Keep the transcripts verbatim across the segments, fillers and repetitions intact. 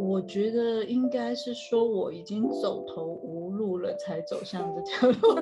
我觉得应该是说我已经走投无路了，才走向这条路。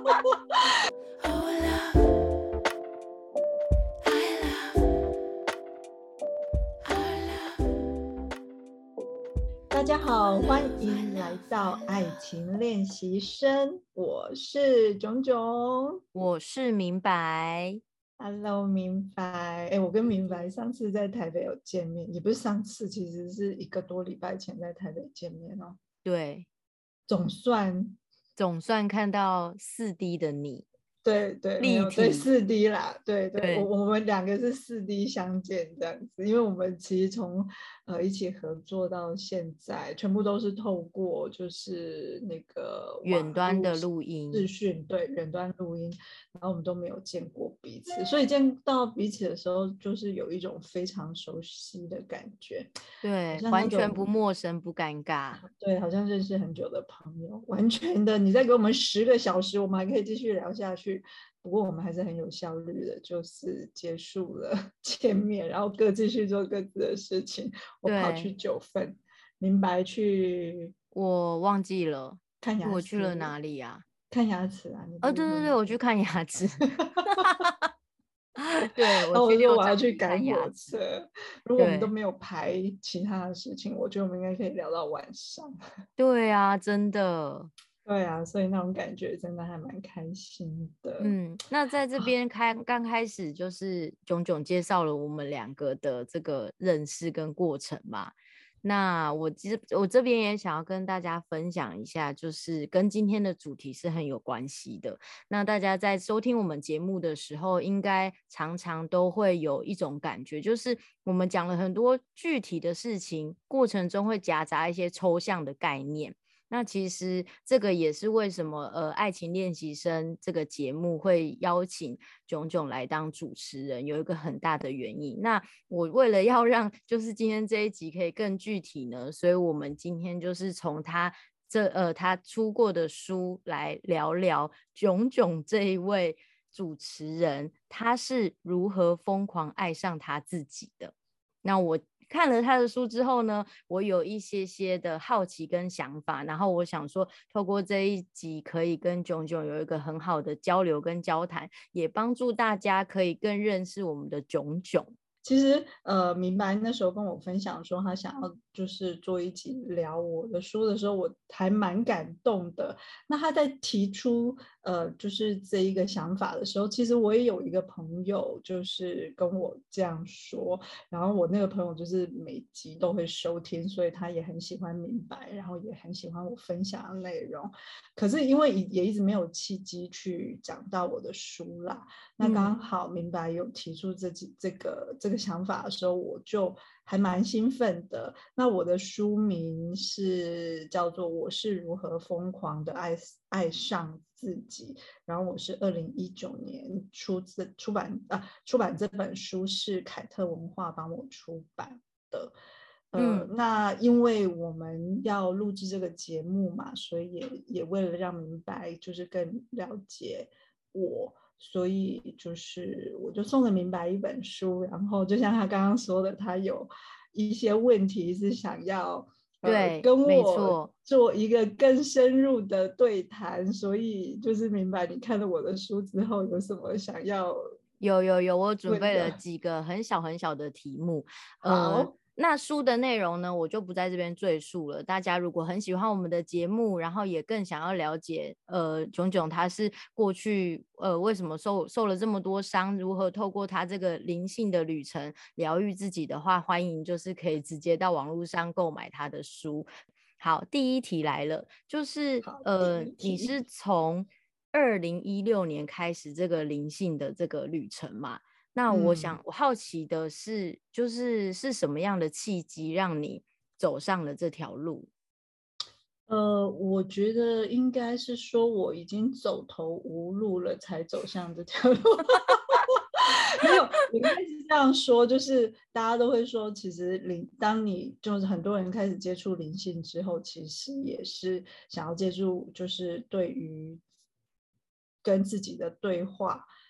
大家好，欢迎来到爱情练习生，我是炯炯， 我是明白。 Hello，明白。哎，我跟明白上次在台北有见面，也不是上次，其实是一个多礼拜前在台北见面哦。 对， 总算总算看到四 D 的你， 对对，没立有对体。 四 D 啦，对对，我对， 我们两个是四 D 相见这样子，因为我们其实从呃一起合作到现在，全部都是透过就是那个远网络端的录音。 视讯，对，远端录音，然后我们都没有见过彼此，所以见到彼此的时候，就是有一种非常熟悉的感觉，好对， 像那完全不种陌生，不尴尬。 对，好像认识很久的朋友，完全的。你再给我们十个小时，我们还可以继续聊下去。不过我们还是很有效率的，就是结束了见面，然后各继续做各自的事情。我跑去对， 九份，明白去我忘记了， 看牙我去了齿， 哪里啊？ 看牙齿啊！你不哦， 是对对对，我去说你去？ 看牙齿。对， 然后我我去六说我要去张犁看赶火牙齿。 车，如果我们都对， 没有排其他的事情，我觉得我们应该可以聊到晚上。 对啊，真的。 对啊，所以那种感觉真的还蛮开心的。 嗯，那在这边开刚开始就是炯炯介绍了我们两个的这个认识跟过程嘛。那我其实我这边也想要跟大家分享一下，就是跟今天的主题是很有关系的。那大家在收听我们节目的时候，应该常常都会有一种感觉，就是我们讲了很多具体的事情，过程中会夹杂一些抽象的概念。那其实这个也是为什么呃，爱情练习生这个节目会邀请炯炯来当主持人，有一个很大的原因。那我为了要让就是今天这一集可以更具体呢，所以我们今天就是从他这呃他出过的书来聊聊炯炯这一位主持人，他是如何疯狂爱上他自己的。那我看了他的书之后呢，我有一些些的好奇跟想法，然后我想说透过这一集可以跟炯炯有一个很好的交流跟交谈，也帮助大家可以更认识我们的炯炯。 其实，呃，明白那时候跟我分享说他想要就是做一集聊我的书的时候，我还蛮感动的。那他在提出呃就是这一个想法的时候，其实我也有一个朋友就是跟我这样说，然后我那个朋友就是每集都会收听，所以他也很喜欢明白，然后也很喜欢我分享的内容。可是因为也一直没有契机去讲到我的书啦。那刚好明白有提出这这个这个想法的时候，我就还蛮兴奋的。那我的书名是叫做《我是如何疯狂的爱爱上自己》，然后我是二零一九年出自出版啊，出版这本书是凯特文化帮我出版的。呃， 嗯， 那因为我们要录制这个节目嘛，所以也也为了让明白就是更了解我，所以就是我就送了明白一本书，然后就像他刚刚说的，他有一些问题是想要呃对， 跟我没错。 做一个更深入的对谈，所以就是明白你看了我的书之后有什么想要有有有，我准备了问的？ 几个很小很小的题目。呃， 好， 那书的内容呢，我就不在这边赘述了。大家如果很喜欢我们的节目，然后也更想要了解，呃，炯炯他是过去呃为什么受受了这么多伤，如何透过他这个灵性的旅程疗愈自己的话，欢迎就是可以直接到网络上购买他的书。好，第一题来了，就是好，第呃， 一题。 你是从二零一六年开始这个灵性的这个旅程嘛？那我嗯， 想，我好奇的是，就是是什么样的契机让你走上了这条路？ 呃，我觉得应该是说我已经走投无路了，才走向这条路。没有，我应该是这样说，就是大家都会说，其实灵，当你就是很多人开始接触灵性之后，其实也是想要接触，就是对于跟自己的对话。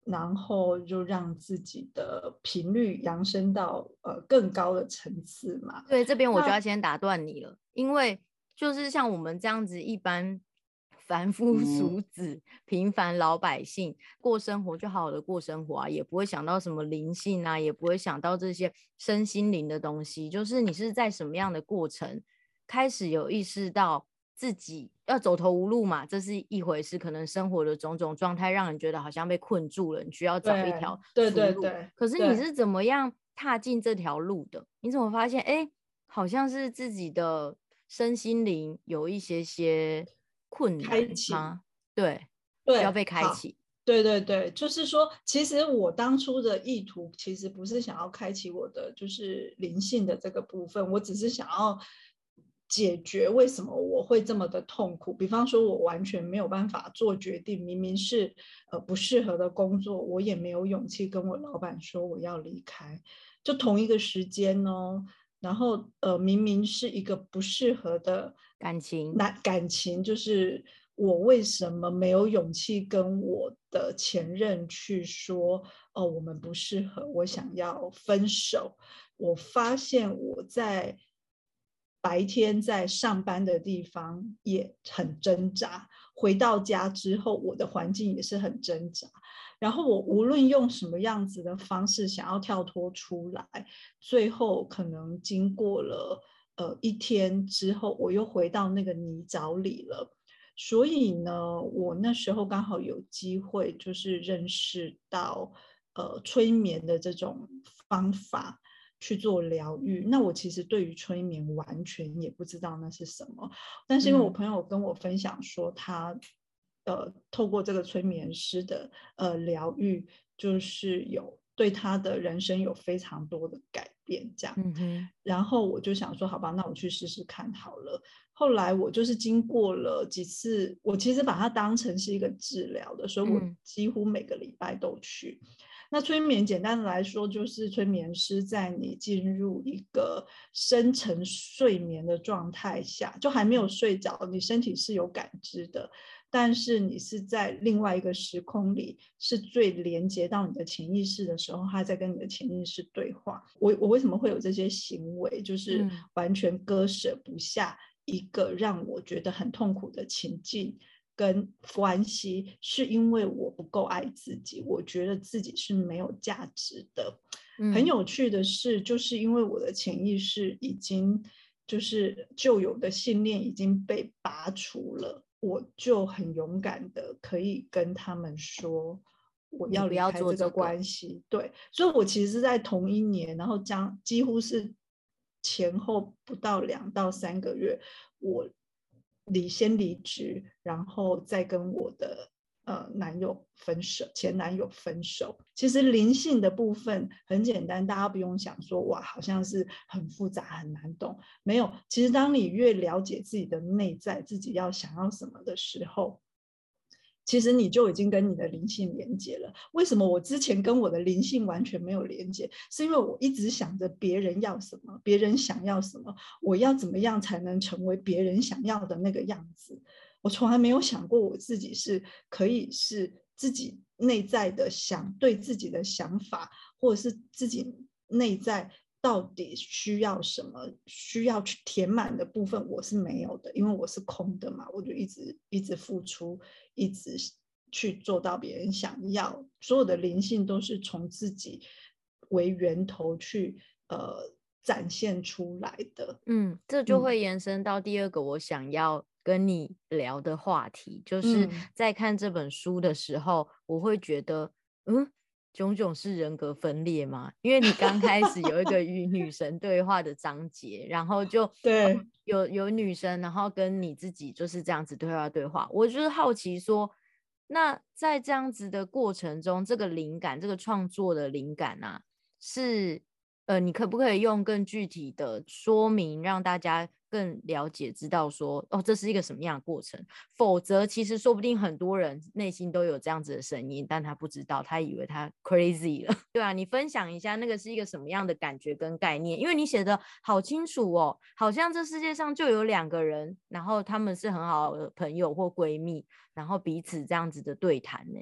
然后就让自己的频率扬升到呃更高的层次嘛。 对，这边我就要先打断你了，因为就是像我们这样子一般凡夫俗子、平凡老百姓过生活就好好的过生活啊，也不会想到什么灵性啊，也不会想到这些身心灵的东西。就是你是在什么样的过程开始有意识到自己要走投无路嘛，这是一回事，可能生活的种种状态让人觉得好像被困住了，你需要找一条对出路。 对对对， 可是你是怎么样踏进这条路的？你怎么发现哎，好像是自己的身心灵有一些些困难吗？对，需要对， 被开启。 对对对，就是说，其实我当初的意图其实不是想要开启我的就是灵性的这个部分，我只是想要解决为什么我会这么的痛苦。比方说，我完全没有办法做决定，明明是呃不适合的工作，我也没有勇气跟我老板说我要离开。就同一个时间哦，然后呃明明是一个不适合的感情， 那感情就是我为什么没有勇气跟我的前任去说，哦，我们不适合，我想要分手。我发现我在白天在上班的地方也很挣扎，回到家之后，我的环境也是很挣扎。然后我无论用什么样子的方式想要跳脱出来，最后可能经过了呃一天之后，我又回到那个泥沼里了。所以呢，我那时候刚好有机会，就是认识到呃催眠的这种方法去做疗愈。那我其实对于催眠完全也不知道那是什么，但是因为我朋友跟我分享说他。呃，透过这个催眠师的呃疗愈，就是有对他的人生有非常多的改变，这样。 嗯哼， 然后我就想说，好吧，那我去试试看好了。后来我就是经过了几次，我其实把它当成是一个治疗的，所以我几乎每个礼拜都去。嗯，那催眠简单的来说，就是催眠师在你进入一个深层睡眠的状态下，就还没有睡着，你身体是有感知的，但是你是在另外一个时空里，是最连接到你的潜意识的时候，他在跟你的潜意识对话。我我为什么会有这些行为，就是完全割舍不下一个让我觉得很痛苦的情境跟关系，是因为我不够爱自己，我觉得自己是没有价值的。嗯，很有趣的是，就是因为我的潜意识已经就是旧有的信念已经被拔除了，我就很勇敢的可以跟他们说我要离开这个关系。对，所以我其实在同一年，然后将几乎是前后不到两到三个月，我离先离职，然后再跟我的呃男友分手，前男友分手。其实灵性的部分很简单，大家不用想说哇，好像是很复杂很难懂。没有，其实当你越了解自己的内在，自己要想要什么的时候，其实你就已经跟你的灵性连接了。为什么我之前跟我的灵性完全没有连接？是因为我一直想着别人要什么，别人想要什么，我要怎么样才能成为别人想要的那个样子。我从来没有想过我自己是可以是自己内在的想对自己的想法，或者是自己内在到底需要什么，需要去填满的部分我是没有的，因为我是空的嘛，我就一直一直付出，一直去做到别人想要，所有的灵性都是从自己为源头去呃展现出来的。 嗯，这就会延伸到第二个我想要跟你聊的话题，就是在看这本书的时候，我会觉得，嗯，炯炯是人格分裂吗？因为你刚开始有一个与女神对话的章节，然后就对、 呃、有有女生，然后跟你自己就是这样子对话对话，我就是好奇说，那在这样子的过程中，这个灵感，这个创作的灵感啊，是。呃，你可不可以用更具体的说明，让大家更了解，知道说，哦，这是一个什么样的过程？否则，其实说不定很多人内心都有这样子的声音，但他不知道，他以为他 crazy 了。对啊，你分享一下那个是一个什么样的感觉跟概念？因为你写的好清楚哦，好像这世界上就有两个人，然后他们是很好的朋友或闺蜜，然后彼此这样子的对谈呢。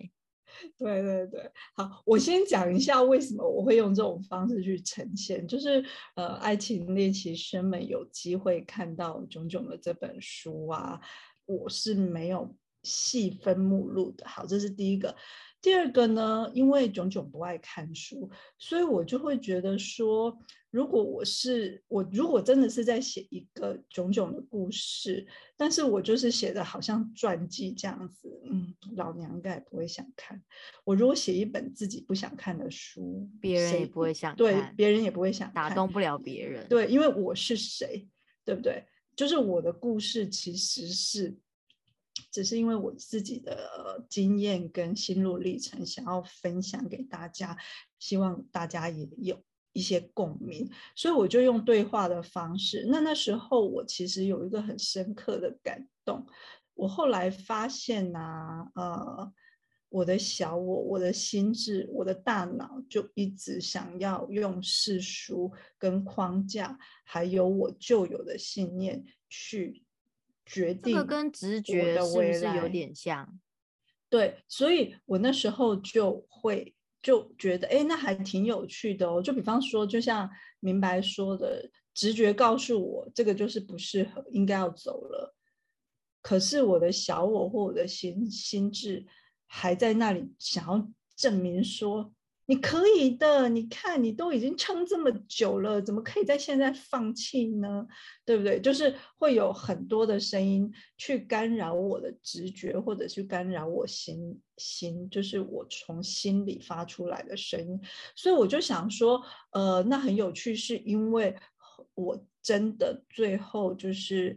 对对对，好，我先讲一下为什么我会用这种方式去呈现，就是呃，爱情猎奇生们有机会看到炯炯的这本书啊，我是没有细分目录的。好，这是第一个。第二个呢，因为炯炯不爱看书，所以我就会觉得说，如果我是我，如果真的是在写一个炯炯的故事，但是我就是写的好像传记这样子，嗯，老娘应该也不会想看。我如果写一本自己不想看的书， 别人也谁不会想对看， 别人也不会想看， 打动不了别人。 对，因为我是谁，对不对？就是我的故事其实是，只是因为我自己的经验跟心路历程，想要分享给大家，希望大家也有一些共鸣，所以我就用对话的方式。那那时候我其实有一个很深刻的感动，我后来发现啊，呃。我的小我，我的心智，我的大脑就一直想要用世俗跟框架，还有我旧有的信念去决这个定跟直我的觉是不是有未来。 点像？ 对，所以我那时候就会就觉得，哎，那还挺有趣的哦。就比方说，就像明白说的，直觉告诉我这个就是不适合，应该要走了。可是我的小我或我的心心智还在那里想要证明说，你可以的，你看你都已经撑这么久了，怎么可以在现在放弃呢？对不对？就是会有很多的声音去干扰我的直觉，或者去干扰我心心，就是我从心里发出来的声音。所以我就想说，呃，那很有趣，是因为我真的最后就是。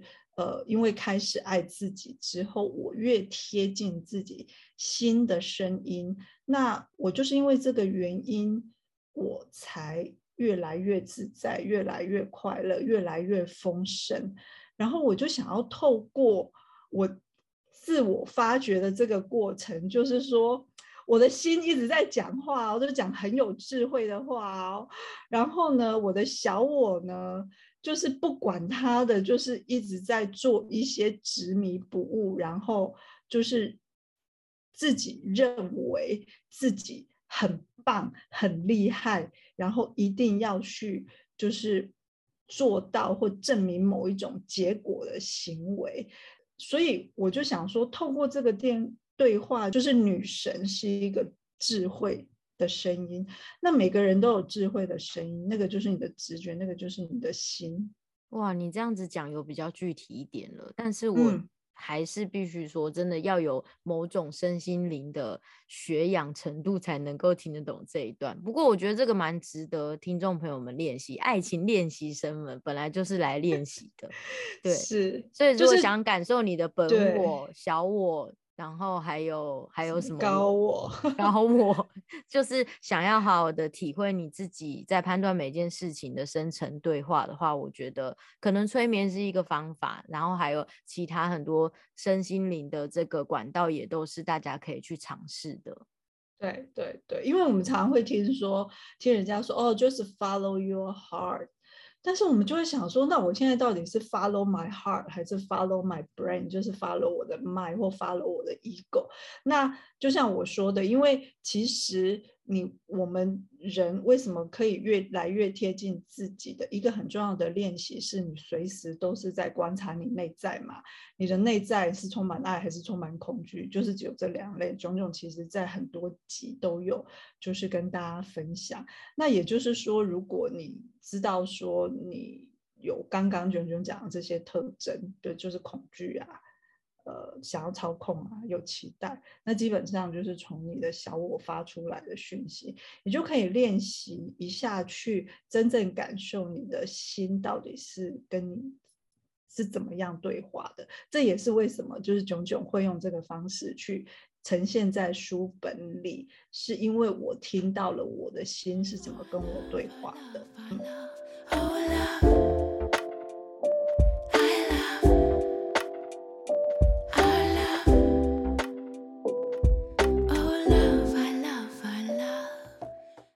呃，因为开始爱自己之后，我越贴近自己心的声音，那我就是因为这个原因，我才越来越自在，越来越快乐，越来越丰盛。然后我就想要透过我自我发掘的这个过程，就是说。我的心一直在讲话，我就讲很有智慧的话哦。然后呢，我的小我呢，就是不管他的，就是一直在做一些执迷不悟，然后就是自己认为自己很棒、很厉害，然后一定要去就是做到或证明某一种结果的行为。所以我就想说，透过这个电对话，就是女神是一个智慧的声音，那每个人都有智慧的声音，那个就是你的直觉，那个就是你的心。 哇，你这样子讲有比较具体一点了，但是我嗯， 还是必须说，真的要有某种身心灵的学养程度，才能够听得懂这一段。不过我觉得这个蛮值得听众朋友们练习，爱情练习生们本来就是来练习的，对。 是， 所以如就是果想感受你的本对我、小我，然后还有还有什么我？ 高我。 高我就是想要好好的体会你自己在判断每件事情的深层对话的话，我觉得可能催眠是一个方法，然后还有其他很多身心灵的这个管道也都是大家可以去尝试的。 对对对，因为我们常常会听说，听人家说哦，就是 follow your heart，但是我们就会想说，那我现在到底是 follow my heart 还是 follow my brain，就是 follow 我的 mind 或 follow 我的 ego？那就像我说的，因为其实你我们人为什么可以越来越贴近自己的一个很重要的练习，是你随时都是在观察你内在嘛。你的内在是充满爱还是充满恐惧，就是只有这两类。炯炯其实在很多集都有，就是跟大家分享。那也就是说，如果你知道说你有刚刚炯炯讲的这些特征，对，就是恐惧啊，呃，想要操控啊，有期待，那基本上就是从你的小我发出来的讯息，你就可以练习一下，去真正感受你的心到底是跟你是怎么样对话的。这也是为什么就是炯炯会用这个方式去呈现在书本里，是因为我听到了我的心是怎么跟我对话的。嗯。